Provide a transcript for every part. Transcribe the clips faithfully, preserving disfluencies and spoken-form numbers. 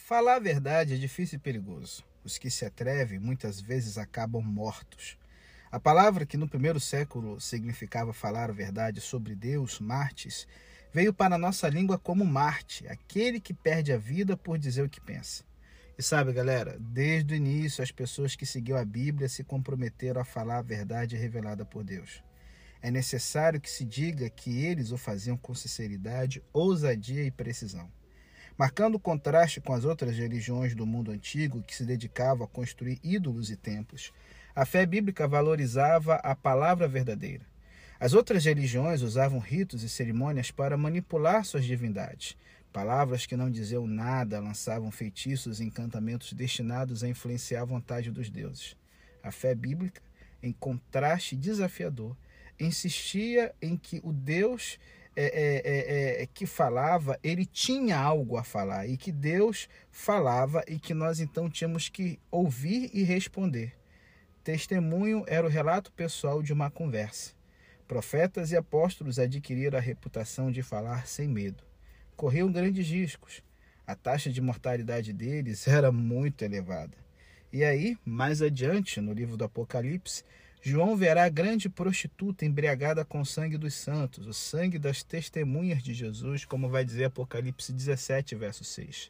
Falar a verdade é difícil e perigoso. Os que se atrevem muitas vezes acabam mortos. A palavra que no primeiro século significava falar a verdade sobre Deus, Martes, veio para a nossa língua como Marte, aquele que perde a vida por dizer o que pensa. E sabe, galera, desde o início as pessoas que seguiam a Bíblia se comprometeram a falar a verdade revelada por Deus. É necessário que se diga que eles o faziam com sinceridade, ousadia e precisão. Marcando o contraste com as outras religiões do mundo antigo que se dedicavam a construir ídolos e templos, a fé bíblica valorizava a palavra verdadeira. As outras religiões usavam ritos e cerimônias para manipular suas divindades. Palavras que não diziam nada lançavam feitiços e encantamentos destinados a influenciar a vontade dos deuses. A fé bíblica, em contraste desafiador, insistia em que o Deus É, é, é, é, que falava, ele tinha algo a falar, e que Deus falava e que nós então tínhamos que ouvir e responder. Testemunho era o relato pessoal de uma conversa. Profetas e apóstolos adquiriram a reputação de falar sem medo. Corriam grandes riscos. A taxa de mortalidade deles era muito elevada. E aí, mais adiante, no livro do Apocalipse, João verá a grande prostituta embriagada com o sangue dos santos, o sangue das testemunhas de Jesus, como vai dizer Apocalipse dezessete, verso seis.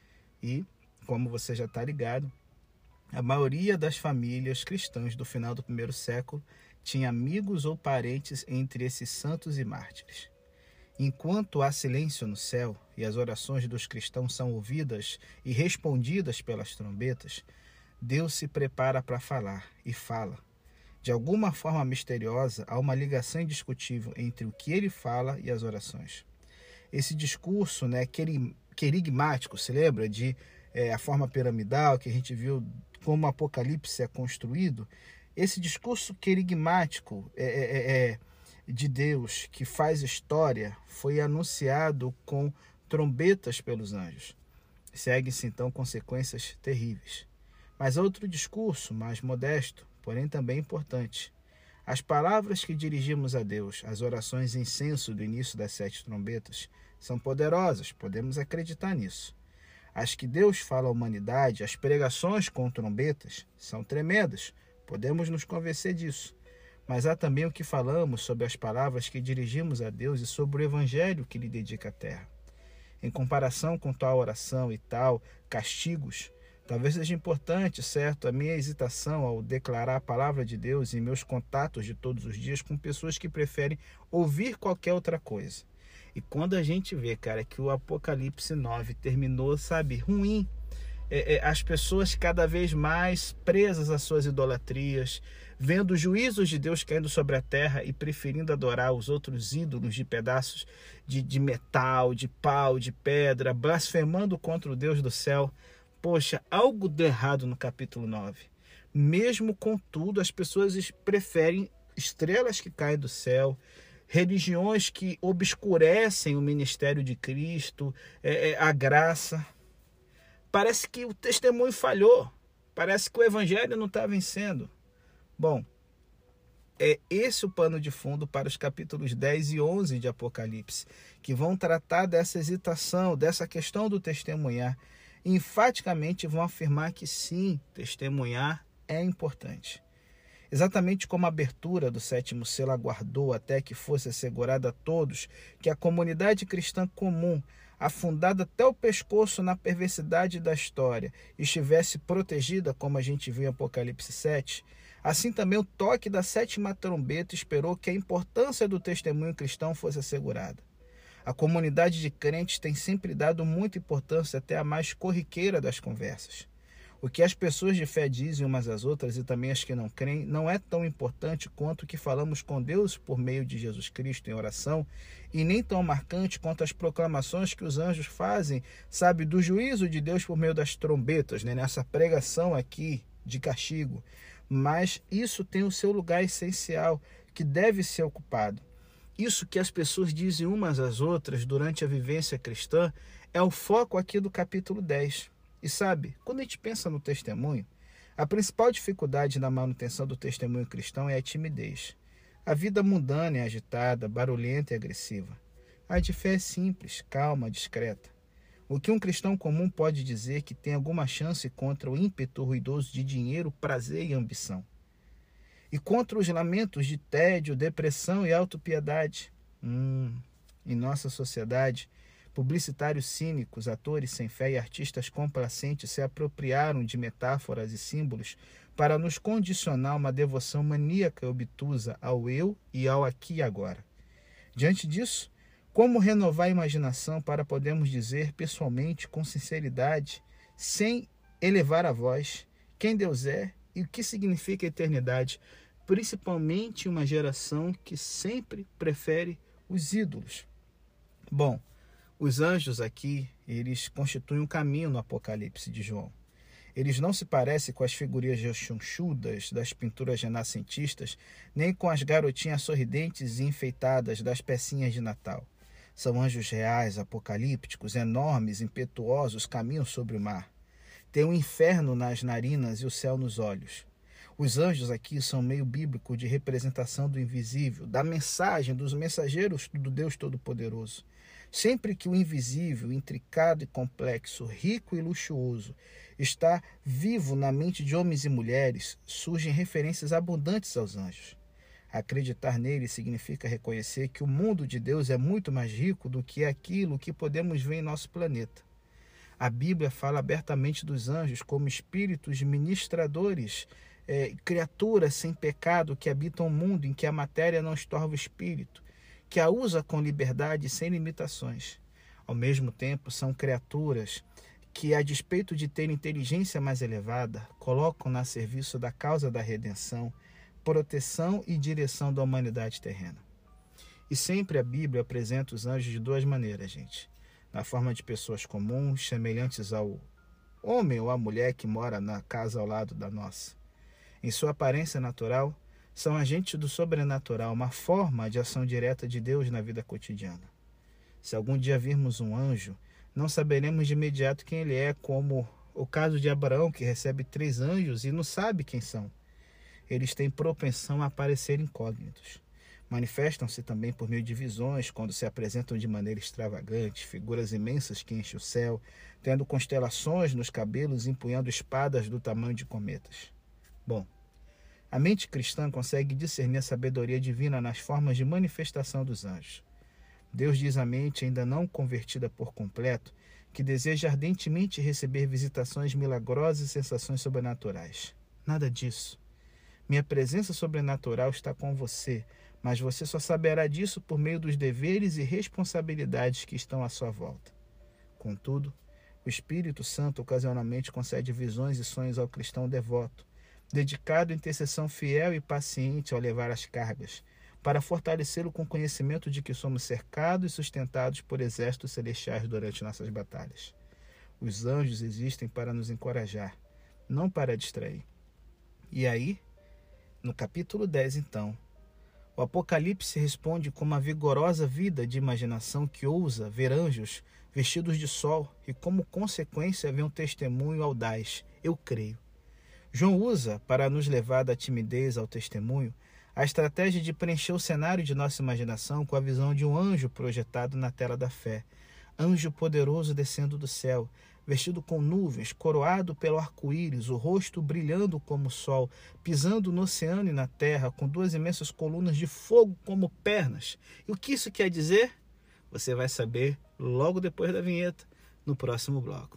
E, como você já está ligado, a maioria das famílias cristãs do final do primeiro século tinha amigos ou parentes entre esses santos e mártires. Enquanto há silêncio no céu e as orações dos cristãos são ouvidas e respondidas pelas trombetas, Deus se prepara para falar e fala. De alguma forma misteriosa, há uma ligação indiscutível entre o que ele fala e as orações. Esse discurso, né, querigmático, se lembra de é, a forma piramidal que a gente viu como o Apocalipse é construído? Esse discurso querigmático é, é, é, de Deus, que faz história, foi anunciado com trombetas pelos anjos. Segue-se então consequências terríveis. Mas outro discurso, mais modesto, porém também importante. As palavras que dirigimos a Deus, as orações em incenso do início das sete trombetas, são poderosas, podemos acreditar nisso. As que Deus fala à humanidade, as pregações com trombetas, são tremendas, podemos nos convencer disso. Mas há também o que falamos sobre as palavras que dirigimos a Deus e sobre o evangelho que lhe dedica a terra. Em comparação com tal oração e tal castigos, talvez seja importante, certo, a minha hesitação ao declarar a palavra de Deus em meus contatos de todos os dias com pessoas que preferem ouvir qualquer outra coisa. E quando a gente vê, cara, que o Apocalipse nove terminou, sabe, ruim, é, é, as pessoas cada vez mais presas às suas idolatrias, vendo os juízos de Deus caindo sobre a terra e preferindo adorar os outros ídolos de pedaços de, de metal, de pau, de pedra, blasfemando contra o Deus do céu. Poxa, algo deu errado no capítulo nove. Mesmo contudo, as pessoas preferem estrelas que caem do céu, religiões que obscurecem o ministério de Cristo, é, é, a graça. Parece que o testemunho falhou. Parece que o evangelho não está vencendo. Bom, é esse o pano de fundo para os capítulos dez e onze de Apocalipse, que vão tratar dessa hesitação, dessa questão do testemunhar. Enfaticamente vão afirmar que sim, testemunhar é importante. Exatamente como a abertura do sétimo selo aguardou até que fosse assegurada a todos que a comunidade cristã comum, afundada até o pescoço na perversidade da história, estivesse protegida, como a gente viu em Apocalipse sete, assim também o toque da sétima trombeta esperou que a importância do testemunho cristão fosse assegurada. A comunidade de crentes tem sempre dado muita importância até a mais corriqueira das conversas. O que as pessoas de fé dizem umas às outras e também as que não creem não é tão importante quanto o que falamos com Deus por meio de Jesus Cristo em oração e nem tão marcante quanto as proclamações que os anjos fazem, sabe, do juízo de Deus por meio das trombetas, né, nessa pregação aqui de castigo. Mas isso tem o seu lugar essencial que deve ser ocupado. Isso que as pessoas dizem umas às outras durante a vivência cristã é o foco aqui do capítulo dez. E sabe, quando a gente pensa no testemunho, a principal dificuldade na manutenção do testemunho cristão é a timidez. A vida mundana é agitada, barulhenta e agressiva. A de fé é simples, calma, discreta. O que um cristão comum pode dizer que tem alguma chance contra o ímpeto ruidoso de dinheiro, prazer e ambição? E contra os lamentos de tédio, depressão e autopiedade? Hum, em nossa sociedade, publicitários cínicos, atores sem fé e artistas complacentes se apropriaram de metáforas e símbolos para nos condicionar uma devoção maníaca e obtusa ao eu e ao aqui e agora. Diante disso, como renovar a imaginação para podermos dizer pessoalmente, com sinceridade, sem elevar a voz, quem Deus é e o que significa eternidade, principalmente uma geração que sempre prefere os ídolos? Bom, os anjos aqui, eles constituem um caminho no Apocalipse de João. Eles não se parecem com as figurinhas rechonchudas das pinturas renascentistas, nem com as garotinhas sorridentes e enfeitadas das pecinhas de Natal. São anjos reais, apocalípticos, enormes, impetuosos, caminham sobre o mar. Tem o inferno nas narinas e o céu nos olhos. Os anjos aqui são meio bíblico de representação do invisível, da mensagem dos mensageiros do Deus Todo-Poderoso. Sempre que o invisível, intricado e complexo, rico e luxuoso, está vivo na mente de homens e mulheres, surgem referências abundantes aos anjos. Acreditar nele significa reconhecer que o mundo de Deus é muito mais rico do que aquilo que podemos ver em nosso planeta. A Bíblia fala abertamente dos anjos como espíritos ministradores, é, criaturas sem pecado que habitam um mundo em que a matéria não estorva o espírito, que a usa com liberdade e sem limitações. Ao mesmo tempo, são criaturas que, a despeito de terem inteligência mais elevada, colocam a serviço da causa da redenção, proteção e direção da humanidade terrena. E sempre a Bíblia apresenta os anjos de duas maneiras, gente. Na forma de pessoas comuns, semelhantes ao homem ou à mulher que mora na casa ao lado da nossa. Em sua aparência natural, são agentes do sobrenatural, uma forma de ação direta de Deus na vida cotidiana. Se algum dia virmos um anjo, não saberemos de imediato quem ele é, como o caso de Abraão, que recebe três anjos e não sabe quem são. Eles têm propensão a aparecer incógnitos. Manifestam-se também por meio de visões, quando se apresentam de maneira extravagante, figuras imensas que enchem o céu, tendo constelações nos cabelos e empunhando espadas do tamanho de cometas. Bom, a mente cristã consegue discernir a sabedoria divina nas formas de manifestação dos anjos. Deus diz à mente, ainda não convertida por completo, que deseja ardentemente receber visitações milagrosas e sensações sobrenaturais. Nada disso. Minha presença sobrenatural está com você, mas você só saberá disso por meio dos deveres e responsabilidades que estão à sua volta. Contudo, o Espírito Santo ocasionalmente concede visões e sonhos ao cristão devoto, dedicado à intercessão fiel e paciente ao levar as cargas, para fortalecê-lo com o conhecimento de que somos cercados e sustentados por exércitos celestiais durante nossas batalhas. Os anjos existem para nos encorajar, não para distrair. E aí, no capítulo dez, então, o Apocalipse responde com uma vigorosa vida de imaginação que ousa ver anjos vestidos de sol e, como consequência, vê um testemunho audaz: eu creio. João usa, para nos levar da timidez ao testemunho, a estratégia de preencher o cenário de nossa imaginação com a visão de um anjo projetado na tela da fé. Anjo poderoso descendo do céu, vestido com nuvens, coroado pelo arco-íris, o rosto brilhando como o sol, pisando no oceano e na terra, com duas imensas colunas de fogo como pernas. E o que isso quer dizer? Você vai saber logo depois da vinheta, no próximo bloco.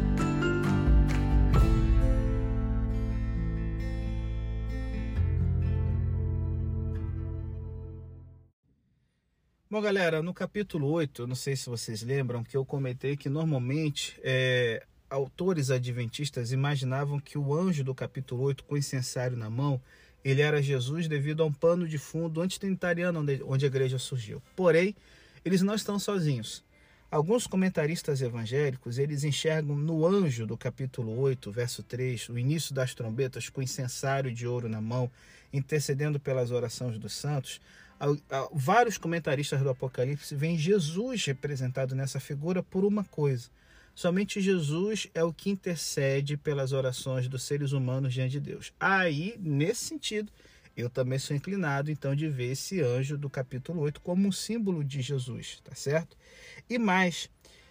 Bom, galera, no capítulo oito, eu não sei se vocês lembram que eu comentei que normalmente é, autores adventistas imaginavam que o anjo do capítulo oito, com o incensário na mão, ele era Jesus devido a um pano de fundo antitrinitariano onde, onde a igreja surgiu. Porém, eles não estão sozinhos. Alguns comentaristas evangélicos, eles enxergam no anjo do capítulo oito, verso três, o início das trombetas com o incensário de ouro na mão, intercedendo pelas orações dos santos. Vários comentaristas do Apocalipse veem Jesus representado nessa figura por uma coisa: somente Jesus é o que intercede pelas orações dos seres humanos diante de Deus. Aí, nesse sentido, eu também sou inclinado, então, de ver esse anjo do capítulo oito como um símbolo de Jesus, tá certo? E mais,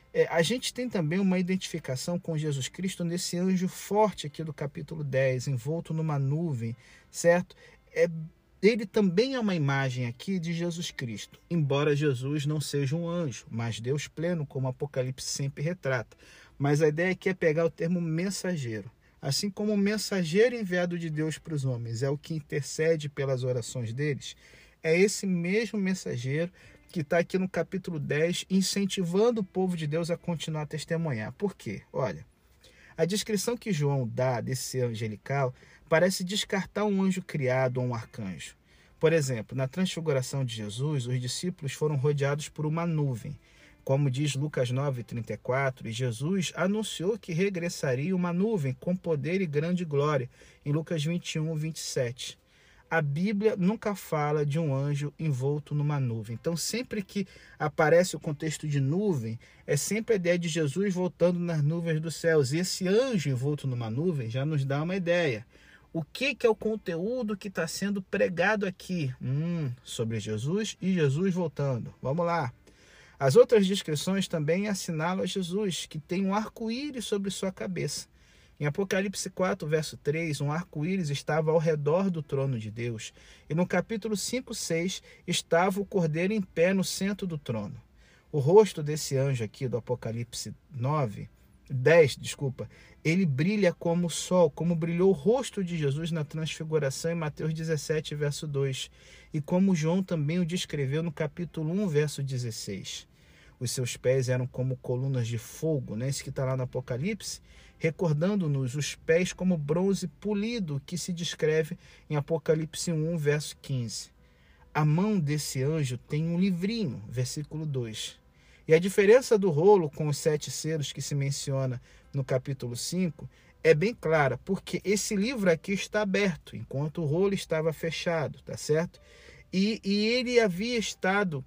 É, a gente tem também uma identificação com Jesus Cristo nesse anjo forte aqui do capítulo dez, envolto numa nuvem, certo? É, ele também é uma imagem aqui de Jesus Cristo, embora Jesus não seja um anjo, mas Deus pleno, como o Apocalipse sempre retrata. Mas a ideia aqui é pegar o termo mensageiro. Assim como o mensageiro enviado de Deus para os homens é o que intercede pelas orações deles, é esse mesmo mensageiro que está aqui no capítulo dez, incentivando o povo de Deus a continuar a testemunhar. Por quê? Olha, a descrição que João dá desse angelical parece descartar um anjo criado ou um arcanjo. Por exemplo, na transfiguração de Jesus, os discípulos foram rodeados por uma nuvem. Como diz Lucas nove, trinta e quatro, e Jesus anunciou que regressaria uma nuvem com poder e grande glória, em Lucas vinte e um, vinte e sete. A Bíblia nunca fala de um anjo envolto numa nuvem. Então, sempre que aparece o contexto de nuvem, é sempre a ideia de Jesus voltando nas nuvens dos céus. E esse anjo envolto numa nuvem já nos dá uma ideia. O que, que é o conteúdo que está sendo pregado aqui? Hum, sobre Jesus e Jesus voltando. Vamos lá. As outras descrições também assinalam a Jesus, que tem um arco-íris sobre sua cabeça. Em Apocalipse quatro, verso três, um arco-íris estava ao redor do trono de Deus. E no capítulo cinco, seis, estava o cordeiro em pé no centro do trono. O rosto desse anjo aqui do Apocalipse nove, dez, desculpa, ele brilha como o sol, como brilhou o rosto de Jesus na transfiguração em Mateus dezessete, verso dois. E como João também o descreveu no capítulo um, verso dezesseis. Os seus pés eram como colunas de fogo, né? Isso que está lá no Apocalipse, recordando-nos os pés como bronze polido, que se descreve em Apocalipse um, verso quinze. A mão desse anjo tem um livrinho, versículo dois. E a diferença do rolo com os sete selos que se menciona no capítulo cinco é bem clara, porque esse livro aqui está aberto, enquanto o rolo estava fechado, tá certo? E, e ele havia estado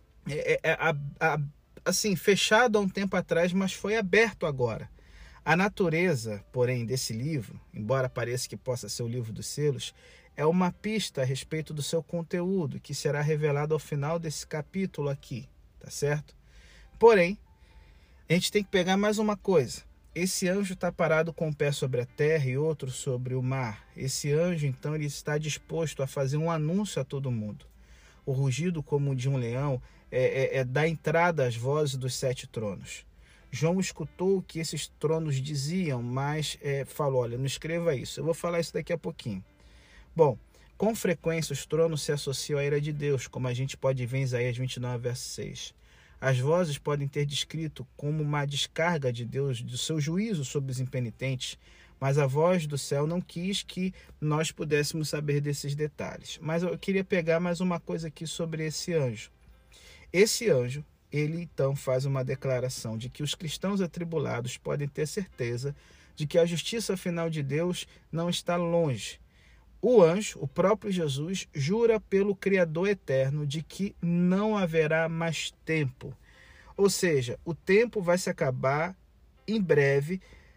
é, é, a, a, assim, fechado há um tempo atrás, mas foi aberto agora. A natureza, porém, desse livro, embora pareça que possa ser o livro dos selos, é uma pista a respeito do seu conteúdo, que será revelado ao final desse capítulo aqui, tá certo? Porém, a gente tem que pegar mais uma coisa. Esse anjo está parado com um pé sobre a terra e outro sobre o mar. Esse anjo, então, ele está disposto a fazer um anúncio a todo mundo. O rugido como de um leão é, é, é da entrada às vozes dos sete tronos. João escutou o que esses tronos diziam, mas é, falou, olha, não escreva isso. Eu vou falar isso daqui a pouquinho. Bom, com frequência os tronos se associam à ira de Deus, como a gente pode ver em Isaías vinte e nove, verso seis. As vozes podem ter descrito como uma descarga de Deus, do seu juízo sobre os impenitentes, mas a voz do céu não quis que nós pudéssemos saber desses detalhes. Mas eu queria pegar mais uma coisa aqui sobre esse anjo. Esse anjo, ele então faz uma declaração de que os cristãos atribulados podem ter certeza de que a justiça final de Deus não está longe. O anjo, o próprio Jesus, jura pelo Criador eterno de que não haverá mais tempo. Ou seja, o tempo vai se acabar em breve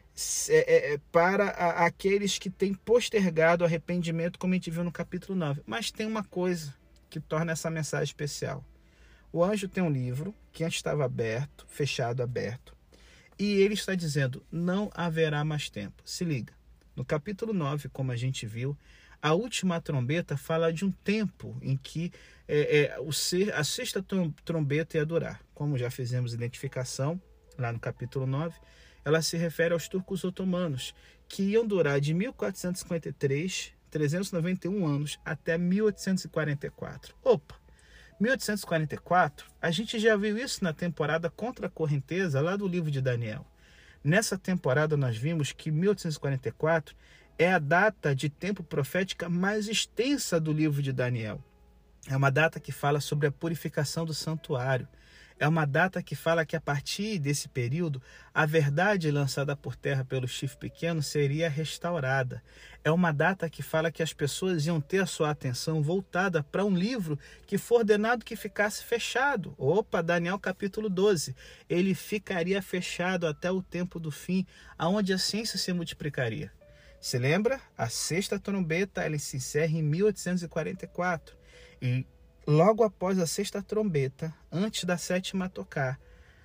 é, é, para a, aqueles que têm postergado o arrependimento, como a gente viu no capítulo nove. Mas tem uma coisa que torna essa mensagem especial. O anjo tem um livro que antes estava aberto, fechado, aberto, e ele está dizendo, não haverá mais tempo. Se liga, no capítulo nove, como a gente viu, a última trombeta fala de um tempo em que é, é, o ser, a sexta trombeta ia durar. Como já fizemos identificação lá no capítulo nove, ela se refere aos turcos otomanos, que iam durar de mil quatrocentos e cinquenta e três, trezentos e noventa e um anos, até mil oitocentos e quarenta e quatro. Opa! mil oitocentos e quarenta e quatro, a gente já viu isso na temporada contra a correnteza, lá do livro de Daniel. Nessa temporada nós vimos que mil oitocentos e quarenta e quatro é a data de tempo profética mais extensa do livro de Daniel. É uma data que fala sobre a purificação do santuário. É uma data que fala que a partir desse período, a verdade lançada por terra pelo chifre pequeno seria restaurada. É uma data que fala que as pessoas iam ter a sua atenção voltada para um livro que foi ordenado que ficasse fechado. Opa, Daniel capítulo doze. Ele ficaria fechado até o tempo do fim, aonde a ciência se multiplicaria. Se lembra? A sexta trombeta ela se encerra em mil oitocentos e quarenta e quatro. E logo após a sexta trombeta, antes da sétima tocar,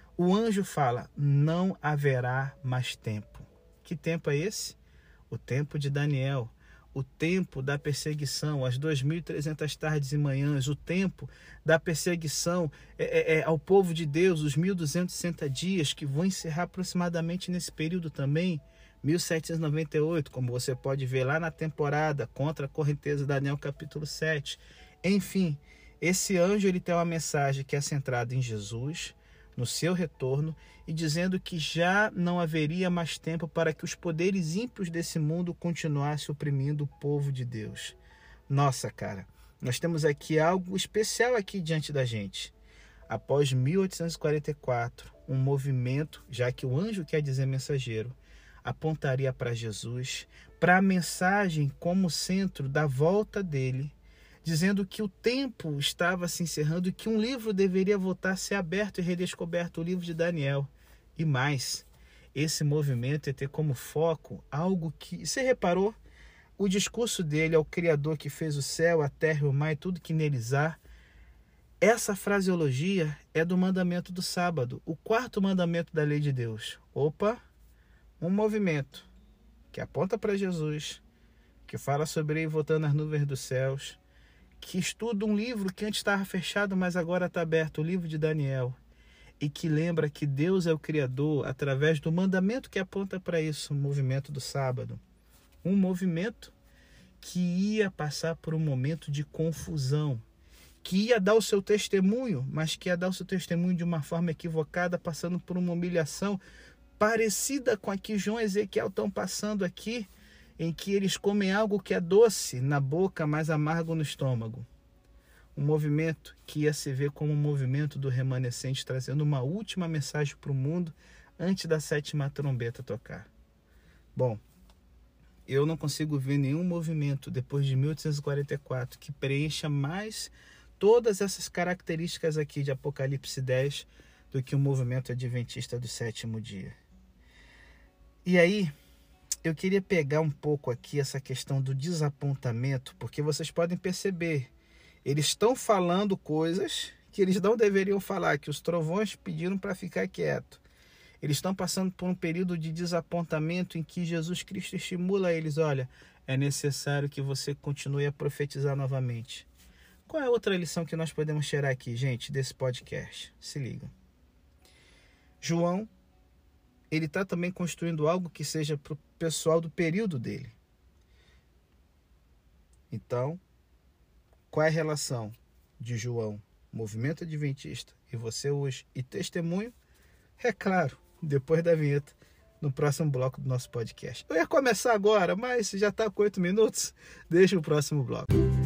o anjo fala: não haverá mais tempo. Que tempo é esse? O tempo de Daniel. O tempo da perseguição, as duas mil e trezentas tardes e manhãs, o tempo da perseguição é, é, ao povo de Deus, os mil duzentos e sessenta dias, que vão encerrar aproximadamente nesse período também, mil setecentos e noventa e oito, como você pode ver lá na temporada, contra a correnteza, Daniel capítulo sete. Enfim, esse anjo ele tem uma mensagem que é centrada em Jesus, no seu retorno, e dizendo que já não haveria mais tempo para que os poderes ímpios desse mundo continuassem oprimindo o povo de Deus. Nossa, cara, nós temos aqui algo especial aqui diante da gente. Após mil oitocentos e quarenta e quatro, um movimento, já que o anjo quer dizer mensageiro, apontaria para Jesus, para a mensagem como centro da volta dele, dizendo que o tempo estava se encerrando e que um livro deveria voltar a ser aberto e redescoberto, o livro de Daniel. E mais, esse movimento ia ter como foco algo que... Você reparou? O discurso dele ao Criador que fez o céu, a terra e o mar e tudo que neles há. Essa fraseologia é do mandamento do sábado, o quarto mandamento da lei de Deus. Opa! Um movimento que aponta para Jesus, que fala sobre ele voltando às nuvens dos céus, que estuda um livro que antes estava fechado, mas agora está aberto, o livro de Daniel, e que lembra que Deus é o Criador através do mandamento que aponta para isso, o movimento do sábado. Um movimento que ia passar por um momento de confusão, que ia dar o seu testemunho, mas que ia dar o seu testemunho de uma forma equivocada, passando por uma humilhação parecida com a que João e Ezequiel estão passando aqui, em que eles comem algo que é doce na boca, mas amargo no estômago. Um movimento que ia se ver como um movimento do remanescente, trazendo uma última mensagem para o mundo antes da sétima trombeta tocar. Bom, eu não consigo ver nenhum movimento depois de mil oitocentos e quarenta e quatro que preencha mais todas essas características aqui de Apocalipse dez do que o movimento adventista do sétimo dia. E aí, eu queria pegar um pouco aqui essa questão do desapontamento, porque vocês podem perceber, eles estão falando coisas que eles não deveriam falar, que os trovões pediram para ficar quieto. Eles estão passando por um período de desapontamento em que Jesus Cristo estimula eles, olha, é necessário que você continue a profetizar novamente. Qual é a outra lição que nós podemos tirar aqui, gente, desse podcast? Se liga. João, ele está também construindo algo que seja para o pessoal do período dele. Então, qual é a relação de João, movimento adventista, e você hoje, e testemunho? É claro, depois da vinheta, no próximo bloco do nosso podcast. Eu ia começar agora, mas já está com oito minutos. Deixa o próximo bloco.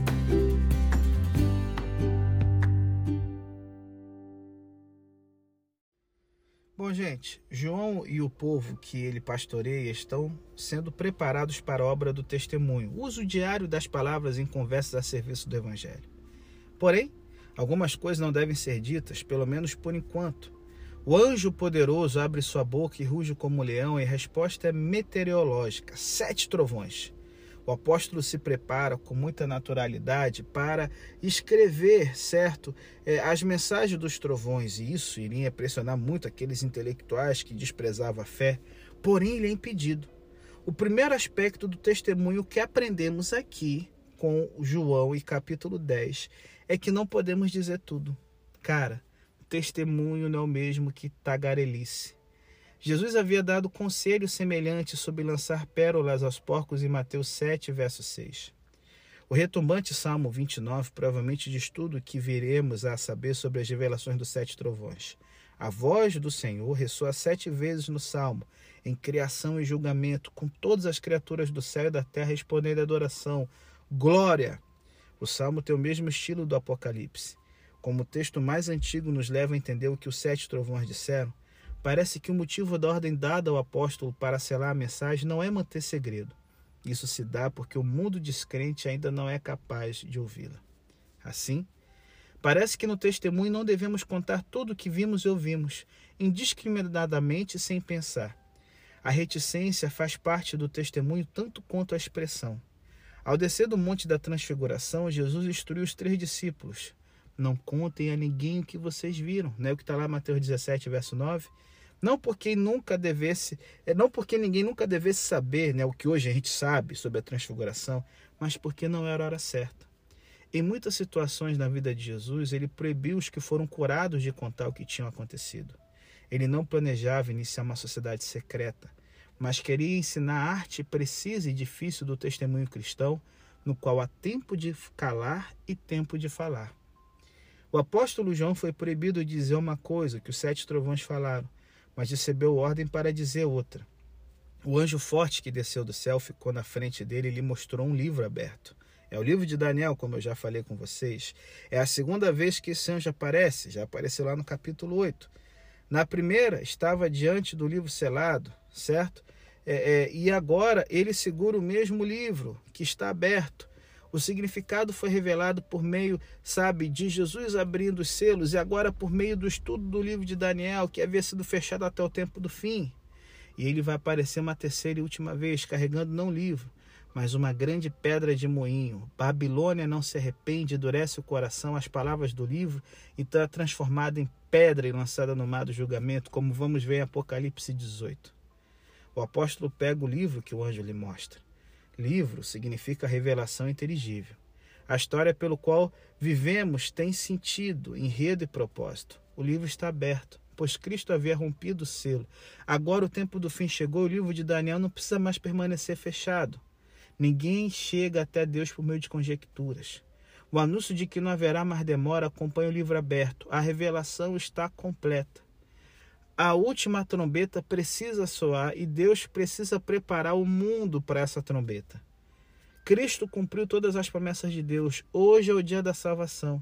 Bom, gente, João e o povo que ele pastoreia estão sendo preparados para a obra do testemunho, uso diário das palavras em conversas a serviço do Evangelho. Porém, algumas coisas não devem ser ditas, pelo menos por enquanto. O anjo poderoso abre sua boca e ruge como um leão, e a resposta é meteorológica, sete trovões. O apóstolo se prepara com muita naturalidade para escrever, certo, é, as mensagens dos trovões, e isso iria impressionar muito aqueles intelectuais que desprezavam a fé, porém ele é impedido. O primeiro aspecto do testemunho que aprendemos aqui com João e capítulo dez é que não podemos dizer tudo. Cara, testemunho não é o mesmo que tagarelice. Jesus havia dado conselho semelhante sobre lançar pérolas aos porcos em Mateus sete, verso seis. O retumbante Salmo vinte e nove provavelmente diz tudo o que viremos a saber sobre as revelações dos sete trovões. A voz do Senhor ressoa sete vezes no Salmo, em criação e julgamento, com todas as criaturas do céu e da terra respondendo à adoração. Glória! O Salmo tem o mesmo estilo do Apocalipse. Como o texto mais antigo nos leva a entender o que os sete trovões disseram, parece que o motivo da ordem dada ao apóstolo para selar a mensagem não é manter segredo. Isso se dá porque o mundo descrente ainda não é capaz de ouvi-la. Assim, parece que no testemunho não devemos contar tudo o que vimos e ouvimos, indiscriminadamente e sem pensar. A reticência faz parte do testemunho tanto quanto a expressão. Ao descer do Monte da Transfiguração, Jesus instruiu os três discípulos: Não contem a ninguém o que vocês viram. Não é o que está lá em Mateus dezessete, verso nove? Não porque nunca devesse, não porque ninguém nunca devesse saber, né, o que hoje a gente sabe sobre a transfiguração, mas porque não era a hora certa. Em muitas situações na vida de Jesus, ele proibiu os que foram curados de contar o que tinha acontecido. Ele não planejava iniciar uma sociedade secreta, mas queria ensinar a arte precisa e difícil do testemunho cristão, no qual há tempo de calar e tempo de falar. O apóstolo João foi proibido de dizer uma coisa que os sete trovões falaram, mas recebeu ordem para dizer outra. O anjo forte que desceu do céu ficou na frente dele e lhe mostrou um livro aberto. É o livro de Daniel, como eu já falei com vocês. É a segunda vez que esse anjo aparece, já apareceu lá no capítulo oito. Na primeira, estava diante do livro selado, certo? É, é, e agora ele segura o mesmo livro que está aberto. O significado foi revelado por meio, sabe, de Jesus abrindo os selos e agora por meio do estudo do livro de Daniel, que havia sido fechado até o tempo do fim. E ele vai aparecer uma terceira e última vez, carregando não o livro, mas uma grande pedra de moinho. Babilônia não se arrepende, endurece o coração às palavras do livro e está transformada em pedra e lançada no mar do julgamento, como vamos ver em Apocalipse dezoito. O apóstolo pega o livro que o anjo lhe mostra. Livro significa revelação inteligível. A história pelo qual vivemos tem sentido, enredo e propósito. O livro está aberto, pois Cristo havia rompido o selo. Agora o tempo do fim chegou e o livro de Daniel não precisa mais permanecer fechado. Ninguém chega até Deus por meio de conjecturas. O anúncio de que não haverá mais demora acompanha o livro aberto. A revelação está completa. A última trombeta precisa soar e Deus precisa preparar o mundo para essa trombeta. Cristo cumpriu todas as promessas de Deus. Hoje é o dia da salvação.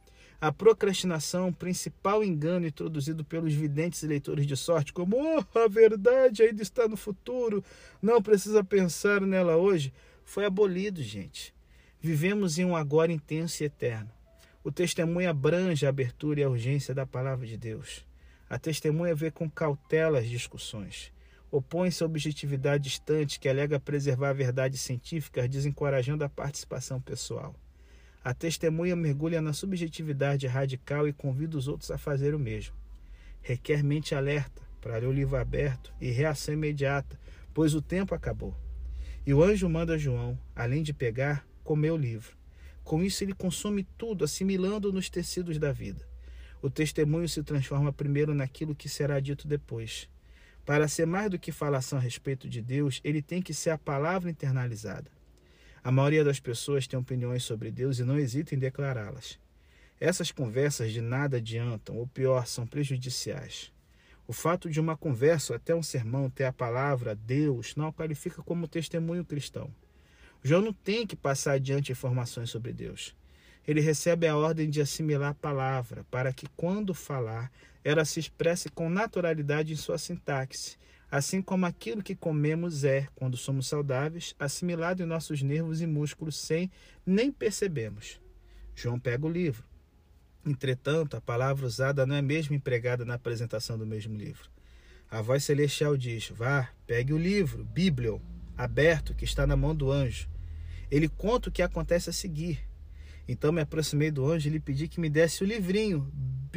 A procrastinação, principal engano introduzido pelos videntes e leitores de sorte, como oh, a verdade ainda está no futuro, não precisa pensar nela hoje, foi abolido, gente. Vivemos em um agora intenso e eterno. O testemunho abrange a abertura e a urgência da palavra de Deus. A testemunha vê com cautela as discussões. Opõe-se à objetividade distante que alega preservar a verdade científica, desencorajando a participação pessoal. A testemunha mergulha na subjetividade radical e convida os outros a fazer o mesmo. Requer mente alerta para ler o livro aberto e reação imediata, pois o tempo acabou. E o anjo manda João, além de pegar, comer o livro. Com isso ele consome tudo, assimilando nos tecidos da vida. O testemunho se transforma primeiro naquilo que será dito depois. Para ser mais do que falação a respeito de Deus, ele tem que ser a palavra internalizada. A maioria das pessoas tem opiniões sobre Deus e não hesita em declará-las. Essas conversas de nada adiantam, ou pior, são prejudiciais. O fato de uma conversa ou até um sermão ter a palavra Deus não a qualifica como testemunho cristão. João não tem que passar adiante informações sobre Deus. Ele recebe a ordem de assimilar a palavra, para que, quando falar, ela se expresse com naturalidade em sua sintaxe, assim como aquilo que comemos é, quando somos saudáveis, assimilado em nossos nervos e músculos sem nem percebemos. João pega o livro. Entretanto, a palavra usada não é mesmo empregada na apresentação do mesmo livro. A voz celestial diz, vá, pegue o livro, Bíblio, aberto, que está na mão do anjo. Ele conta o que acontece a seguir. Então me aproximei do anjo e lhe pedi que me desse o livrinho,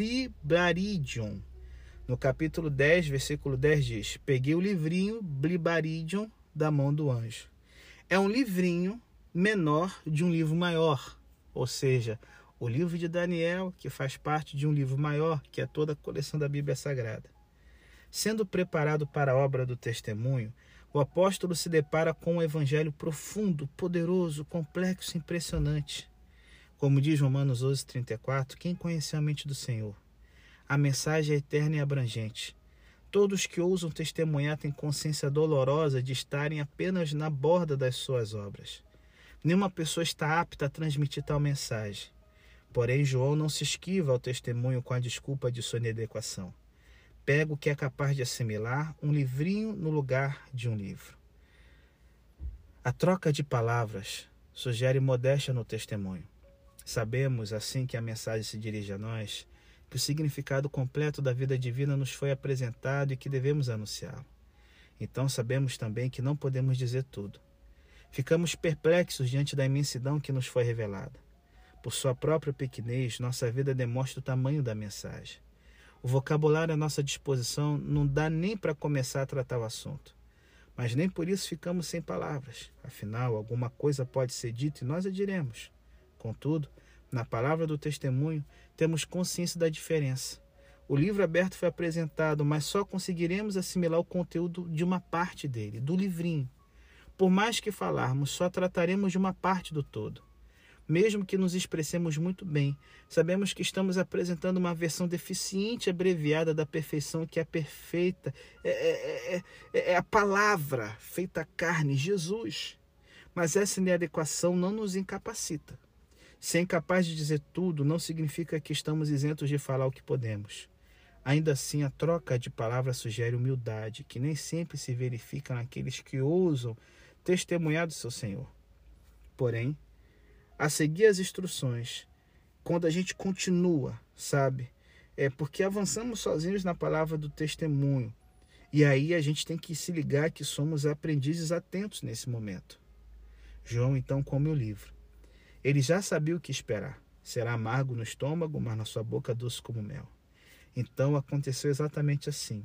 Blibaridion. No capítulo dez, versículo dez diz, peguei o livrinho, Blibaridion, da mão do anjo. É um livrinho menor de um livro maior, ou seja, o livro de Daniel, que faz parte de um livro maior, que é toda a coleção da Bíblia Sagrada. Sendo preparado para a obra do testemunho, o apóstolo se depara com um evangelho profundo, poderoso, complexo e impressionante. Como diz Romanos onze, trinta e quatro, quem conheceu a mente do Senhor? A mensagem é eterna e abrangente. Todos que ousam testemunhar têm consciência dolorosa de estarem apenas na borda das suas obras. Nenhuma pessoa está apta a transmitir tal mensagem. Porém, João não se esquiva ao testemunho com a desculpa de sua inadequação. Pega o que é capaz de assimilar, um livrinho no lugar de um livro. A troca de palavras sugere modéstia no testemunho. Sabemos, assim que a mensagem se dirige a nós, que o significado completo da vida divina nos foi apresentado e que devemos anunciá-lo. Então sabemos também que não podemos dizer tudo. Ficamos perplexos diante da imensidão que nos foi revelada. Por sua própria pequenez, nossa vida demonstra o tamanho da mensagem. O vocabulário à nossa disposição não dá nem para começar a tratar o assunto. Mas nem por isso ficamos sem palavras. Afinal, alguma coisa pode ser dita e nós a diremos. Contudo, na palavra do testemunho, temos consciência da diferença. O livro aberto foi apresentado, mas só conseguiremos assimilar o conteúdo de uma parte dele, do livrinho. Por mais que falarmos, só trataremos de uma parte do todo. Mesmo que nos expressemos muito bem, sabemos que estamos apresentando uma versão deficiente e abreviada da perfeição que é perfeita. É, é, é, é a palavra feita carne, Jesus. Mas essa inadequação não nos incapacita. Ser incapaz de dizer tudo não significa que estamos isentos de falar o que podemos. Ainda assim, a troca de palavras sugere humildade, que nem sempre se verifica naqueles que ousam testemunhar do seu Senhor. Porém, a seguir as instruções, quando a gente continua, sabe? É porque avançamos sozinhos na palavra do testemunho. E aí a gente tem que se ligar que somos aprendizes atentos nesse momento. João então come o livro. Ele já sabia o que esperar. Será amargo no estômago, mas na sua boca doce como mel. Então aconteceu exatamente assim.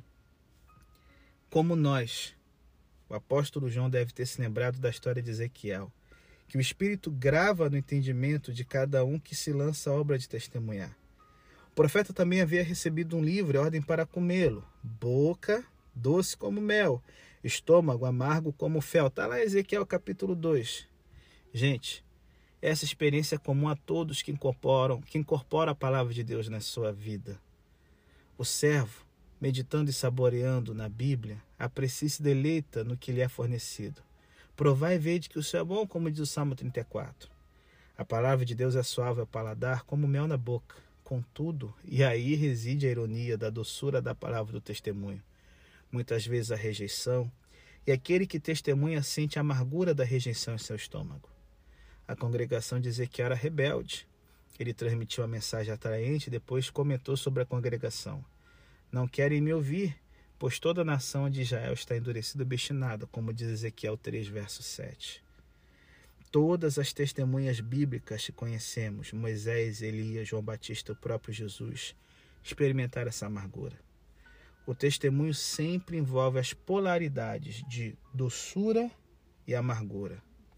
Como nós, o apóstolo João deve ter se lembrado da história de Ezequiel, que o Espírito grava no entendimento de cada um que se lança a obra de testemunhar. O profeta também havia recebido um livro e ordem para comê-lo. Boca doce como mel, estômago amargo como fel. Está lá em Ezequiel capítulo dois. Gente, essa experiência é comum a todos que incorporam, que incorporam a palavra de Deus na sua vida. O servo, meditando e saboreando na Bíblia, aprecia e se deleita no que lhe é fornecido. Provai e vede que o Senhor é bom, como diz o Salmo trinta e quatro. A palavra de Deus é suave ao paladar, como mel na boca. Contudo, e aí reside a ironia da doçura da palavra do testemunho. Muitas vezes a rejeição, e aquele que testemunha sente a amargura da rejeição em seu estômago. A congregação de Ezequiel era rebelde. Ele transmitiu a mensagem atraente e depois comentou sobre a congregação. Não querem me ouvir, pois toda a nação de Israel está endurecida e obstinada, como diz Ezequiel três, verso sete. Todas as testemunhas bíblicas que conhecemos, Moisés, Elias, João Batista, o próprio Jesus, experimentaram essa amargura. O testemunho sempre envolve as polaridades de doçura e amargura.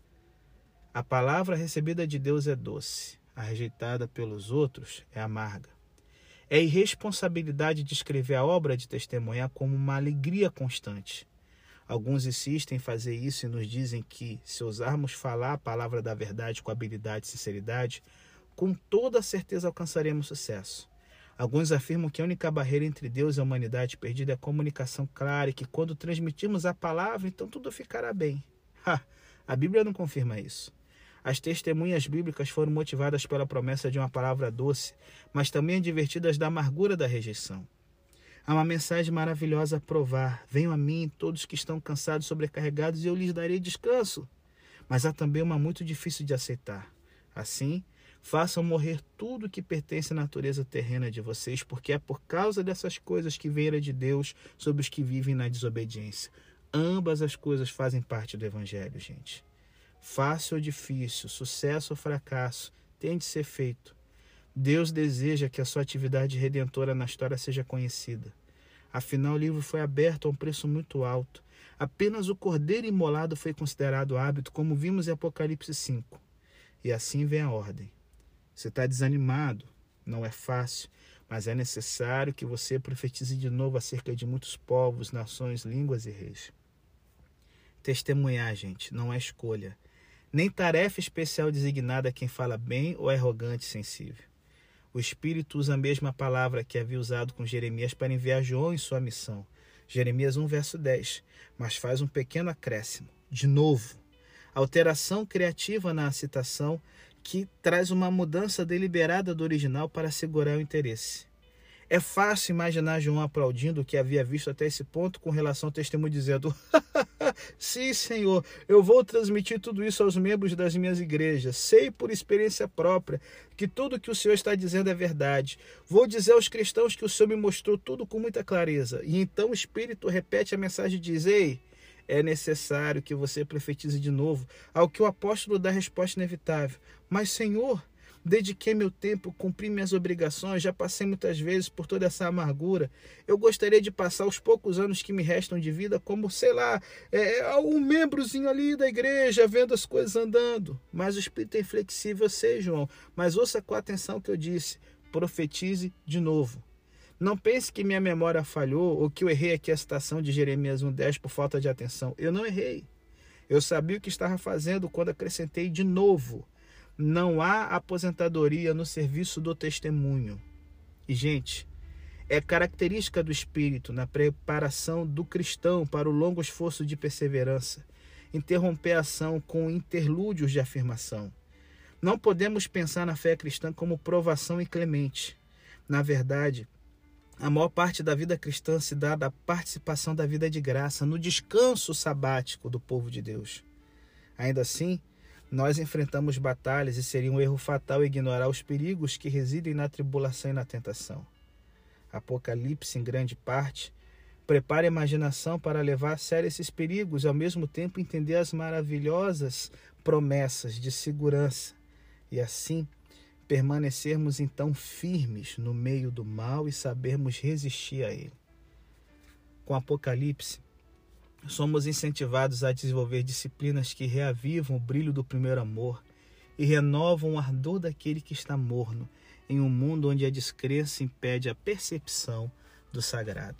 A palavra recebida de Deus é doce, a rejeitada pelos outros é amarga. É irresponsabilidade descrever a obra de testemunhar como uma alegria constante. Alguns insistem em fazer isso e nos dizem que, se ousarmos falar a palavra da verdade com habilidade e sinceridade, com toda certeza alcançaremos sucesso. Alguns afirmam que a única barreira entre Deus e a humanidade perdida é a comunicação clara e que quando transmitirmos a palavra, então tudo ficará bem. Ha! A Bíblia não confirma isso. As testemunhas bíblicas foram motivadas pela promessa de uma palavra doce, mas também advertidas da amargura da rejeição. Há uma mensagem maravilhosa a provar. Venham a mim todos que estão cansados e sobrecarregados e eu lhes darei descanso. Mas há também uma muito difícil de aceitar. Assim, façam morrer tudo que pertence à natureza terrena de vocês, porque é por causa dessas coisas que vem a ira de Deus sobre os que vivem na desobediência. Ambas as coisas fazem parte do Evangelho, gente. Fácil ou difícil, sucesso ou fracasso, tem de ser feito. Deus deseja que a sua atividade redentora na história seja conhecida. Afinal, o livro foi aberto a um preço muito alto. Apenas o cordeiro imolado foi considerado hábito, como vimos em Apocalipse cinco. E assim vem a ordem. Você está desanimado? Não é fácil, mas é necessário que você profetize de novo acerca de muitos povos, nações, línguas e reis. Testemunhar, gente, não é escolha. Nem tarefa especial designada a quem fala bem ou é arrogante e sensível. O Espírito usa a mesma palavra que havia usado com Jeremias para enviar João em sua missão. Jeremias um, verso dez. Mas faz um pequeno acréscimo. De novo. Alteração criativa na citação que traz uma mudança deliberada do original para assegurar o interesse. É fácil imaginar João aplaudindo o que havia visto até esse ponto com relação ao testemunho, dizendo: sim, Senhor, eu vou transmitir tudo isso aos membros das minhas igrejas. Sei por experiência própria que tudo que o Senhor está dizendo é verdade. Vou dizer aos cristãos que o Senhor me mostrou tudo com muita clareza. E então o Espírito repete a mensagem e diz: ei, é necessário que você profetize de novo. Ao que o apóstolo dá a resposta inevitável: mas, Senhor, dediquei meu tempo, cumpri minhas obrigações, já passei muitas vezes por toda essa amargura. Eu gostaria de passar os poucos anos que me restam de vida como, sei lá, é, um membrozinho ali da igreja, vendo as coisas andando. Mas o espírito é inflexível, eu sei, João. Mas ouça com atenção o que eu disse. Profetize de novo. Não pense que minha memória falhou ou que eu errei aqui a citação de Jeremias um dez por falta de atenção. Eu não errei. Eu sabia o que estava fazendo quando acrescentei de novo. Não há aposentadoria no serviço do testemunho. E, gente, é característica do Espírito na preparação do cristão para o longo esforço de perseverança, interromper a ação com interlúdios de afirmação. Não podemos pensar na fé cristã como provação inclemente. Na verdade, a maior parte da vida cristã se dá da participação da vida de graça, no descanso sabático do povo de Deus. Ainda assim, nós enfrentamos batalhas e seria um erro fatal ignorar os perigos que residem na tribulação e na tentação. Apocalipse, em grande parte, prepara a imaginação para levar a sério esses perigos e, ao mesmo tempo, entender as maravilhosas promessas de segurança e, assim, permanecermos então firmes no meio do mal e sabermos resistir a ele. Com Apocalipse, somos incentivados a desenvolver disciplinas que reavivam o brilho do primeiro amor e renovam o ardor daquele que está morno em um mundo onde a descrença impede a percepção do sagrado.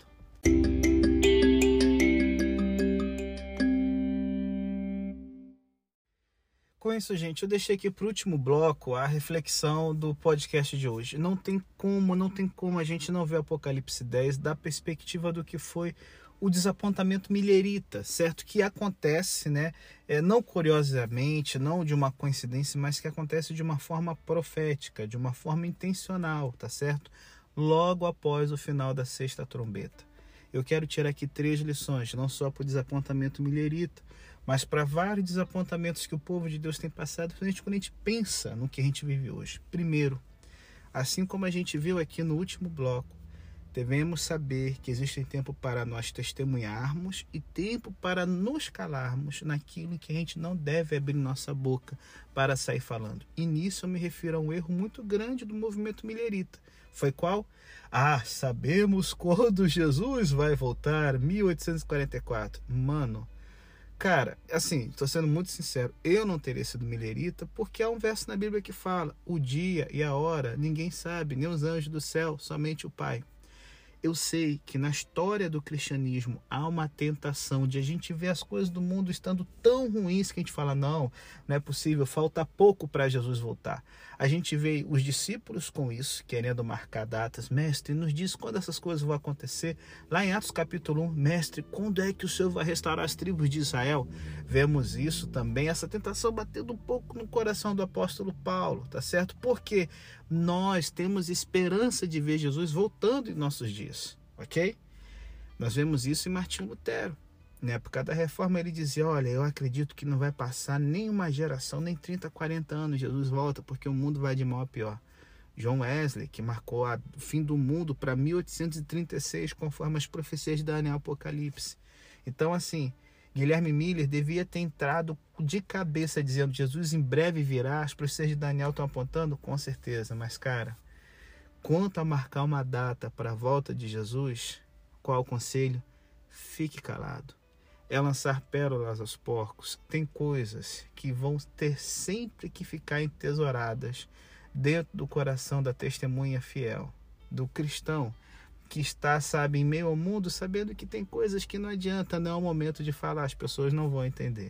Com isso, gente, eu deixei aqui para o último bloco a reflexão do podcast de hoje. Não tem como, não tem como a gente não ver Apocalipse dez da perspectiva do que foi o desapontamento millerita, certo? Que acontece, né? É, não curiosamente, não de uma coincidência, mas que acontece de uma forma profética, de uma forma intencional, tá certo? Logo após o final da sexta trombeta. Eu quero tirar aqui três lições, não só para o desapontamento millerita, mas para vários desapontamentos que o povo de Deus tem passado, principalmente quando a gente pensa no que a gente vive hoje. Primeiro, assim como a gente viu aqui no último bloco, devemos saber que existe tempo para nós testemunharmos e tempo para nos calarmos naquilo que a gente não deve abrir nossa boca para sair falando. E nisso eu me refiro a um erro muito grande do movimento millerita. Foi qual? Ah, sabemos quando Jesus vai voltar, mil oitocentos e quarenta e quatro. Mano, cara, assim, estou sendo muito sincero, eu não teria sido millerita porque há um verso na Bíblia que fala: o dia e a hora ninguém sabe, nem os anjos do céu, somente o Pai. Eu sei que na história do cristianismo há uma tentação de a gente ver as coisas do mundo estando tão ruins que a gente fala, não, não é possível, falta pouco para Jesus voltar. A gente vê os discípulos com isso, querendo marcar datas. Mestre, nos diz quando essas coisas vão acontecer. Lá em Atos capítulo um, mestre, quando é que o Senhor vai restaurar as tribos de Israel? Vemos isso também, essa tentação batendo um pouco no coração do apóstolo Paulo, tá certo? Porque nós temos esperança de ver Jesus voltando em nossos dias, ok? Nós vemos isso em Martinho Lutero. Na época da Reforma ele dizia, olha, eu acredito que não vai passar nem uma geração, nem trinta, quarenta anos, Jesus volta, porque o mundo vai de mal a pior. John Wesley, que marcou o fim do mundo para mil oitocentos e trinta e seis, conforme as profecias de Daniel Apocalipse. Então, assim, Guilherme Miller devia ter entrado de cabeça dizendo, Jesus em breve virá, as profecias de Daniel estão apontando? Com certeza, mas cara, quanto a marcar uma data para a volta de Jesus, qual o conselho? Fique calado. É lançar pérolas aos porcos. Tem coisas que vão ter sempre que ficar entesouradas dentro do coração da testemunha fiel, do cristão que está, sabe, em meio ao mundo, sabendo que tem coisas que não adianta, não é o momento de falar, as pessoas não vão entender.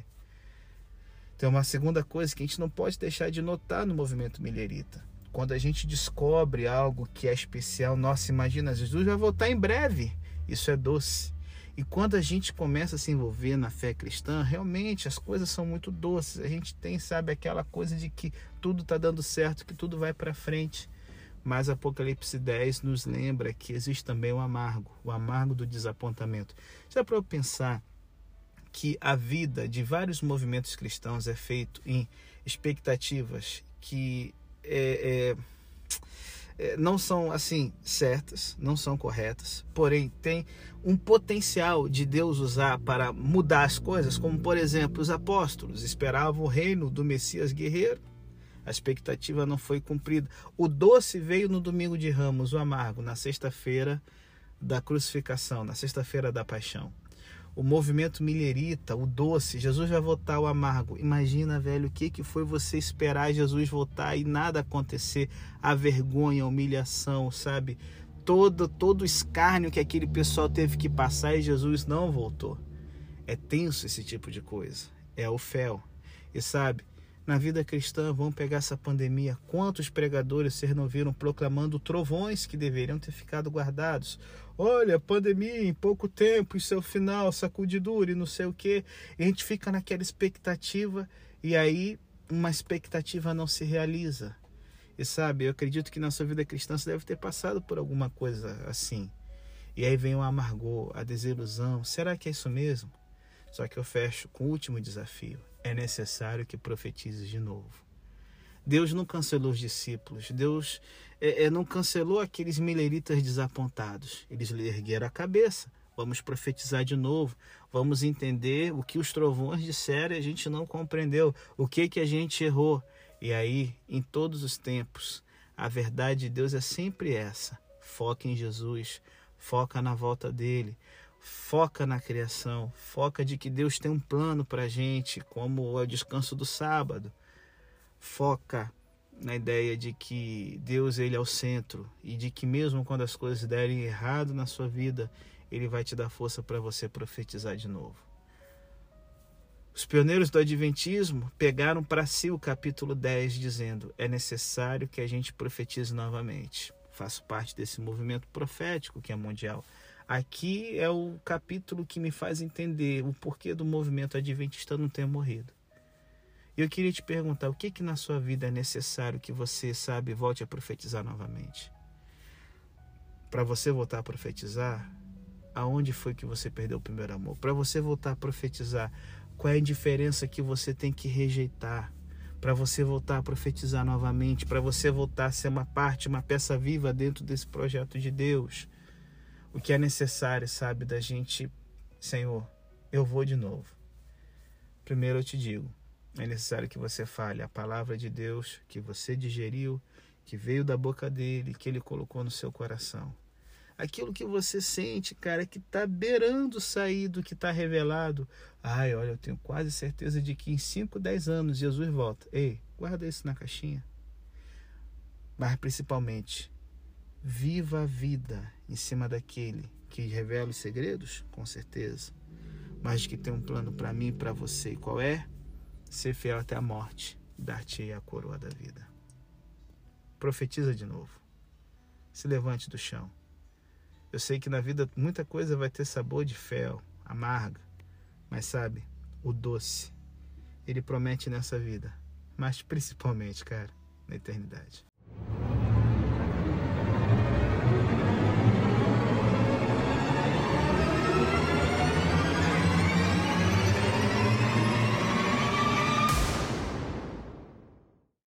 Tem uma segunda coisa que a gente não pode deixar de notar no movimento millerita. Quando a gente descobre algo que é especial, nossa, imagina, Jesus vai voltar em breve. Isso é doce. E quando a gente começa a se envolver na fé cristã, realmente as coisas são muito doces. A gente tem, sabe, aquela coisa de que tudo está dando certo, que tudo vai para frente. Mas Apocalipse dez nos lembra que existe também o amargo, o amargo do desapontamento. Já para eu pensar que a vida de vários movimentos cristãos é feito em expectativas que é, é, é, não são assim certas, não são corretas, porém tem um potencial de Deus usar para mudar as coisas, como por exemplo os apóstolos esperavam o reino do Messias guerreiro. A expectativa não foi cumprida. O doce veio no domingo de Ramos, o amargo na sexta-feira da crucificação, na sexta-feira da paixão. O movimento millerita, o doce, Jesus vai voltar o amargo. Imagina, velho, o que, que foi você esperar Jesus voltar e nada acontecer. A vergonha, a humilhação, sabe? Todo, todo o escárnio que aquele pessoal teve que passar e Jesus não voltou. É tenso esse tipo de coisa. É o fel. E sabe, na vida cristã, vamos pegar essa pandemia. Quantos pregadores vocês não viram proclamando trovões que deveriam ter ficado guardados? Olha, pandemia em pouco tempo, isso é o final, sacudidura e não sei o quê. E a gente fica naquela expectativa e aí uma expectativa não se realiza. E sabe, eu acredito que na sua vida cristã você deve ter passado por alguma coisa assim. E aí vem o amargor, a desilusão. Será que é isso mesmo? Só que eu fecho com o último desafio. É necessário que profetize de novo. Deus não cancelou os discípulos. Deus é, é, não cancelou aqueles mileritas desapontados. Eles lhe ergueram a cabeça. Vamos profetizar de novo. Vamos entender o que os trovões disseram e a gente não compreendeu. O que, que a gente errou. E aí, em todos os tempos, a verdade de Deus é sempre essa. Foca em Jesus. Foca na volta dele. Foca na criação. Foca de que Deus tem um plano para a gente, como é o descanso do sábado. Foca na ideia de que Deus ele é o centro e de que mesmo quando as coisas derem errado na sua vida, Ele vai te dar força para você profetizar de novo. Os pioneiros do Adventismo pegaram para si o capítulo dez, dizendo: é necessário que a gente profetize novamente. Faço parte desse movimento profético que é mundial. Aqui é o capítulo que me faz entender o porquê do movimento adventista não ter morrido. E eu queria te perguntar, o que que na sua vida é necessário que você, sabe, volte a profetizar novamente? Para você voltar a profetizar, aonde foi que você perdeu o primeiro amor? Para você voltar a profetizar, qual é a indiferença que você tem que rejeitar? Para você voltar a profetizar novamente, para você voltar a ser uma parte, uma peça viva dentro desse projeto de Deus. O que é necessário, sabe, da gente, Senhor, eu vou de novo. Primeiro eu te digo, é necessário que você fale a palavra de Deus que você digeriu, que veio da boca dele, que ele colocou no seu coração. Aquilo que você sente, cara, que está beirando sair do que está revelado. Ai, olha, eu tenho quase certeza de que em cinco, dez anos Jesus volta. Ei, guarda isso na caixinha. Mas principalmente, viva a vida em cima daquele que revela os segredos, com certeza. Mas que tem um plano para mim e para você. E qual é? Ser fiel até a morte, dar-te a coroa da vida. Profetiza de novo. Se levante do chão. Eu sei que na vida muita coisa vai ter sabor de fel, amarga. Mas sabe, o doce, ele promete nessa vida. Mas principalmente, cara, na eternidade.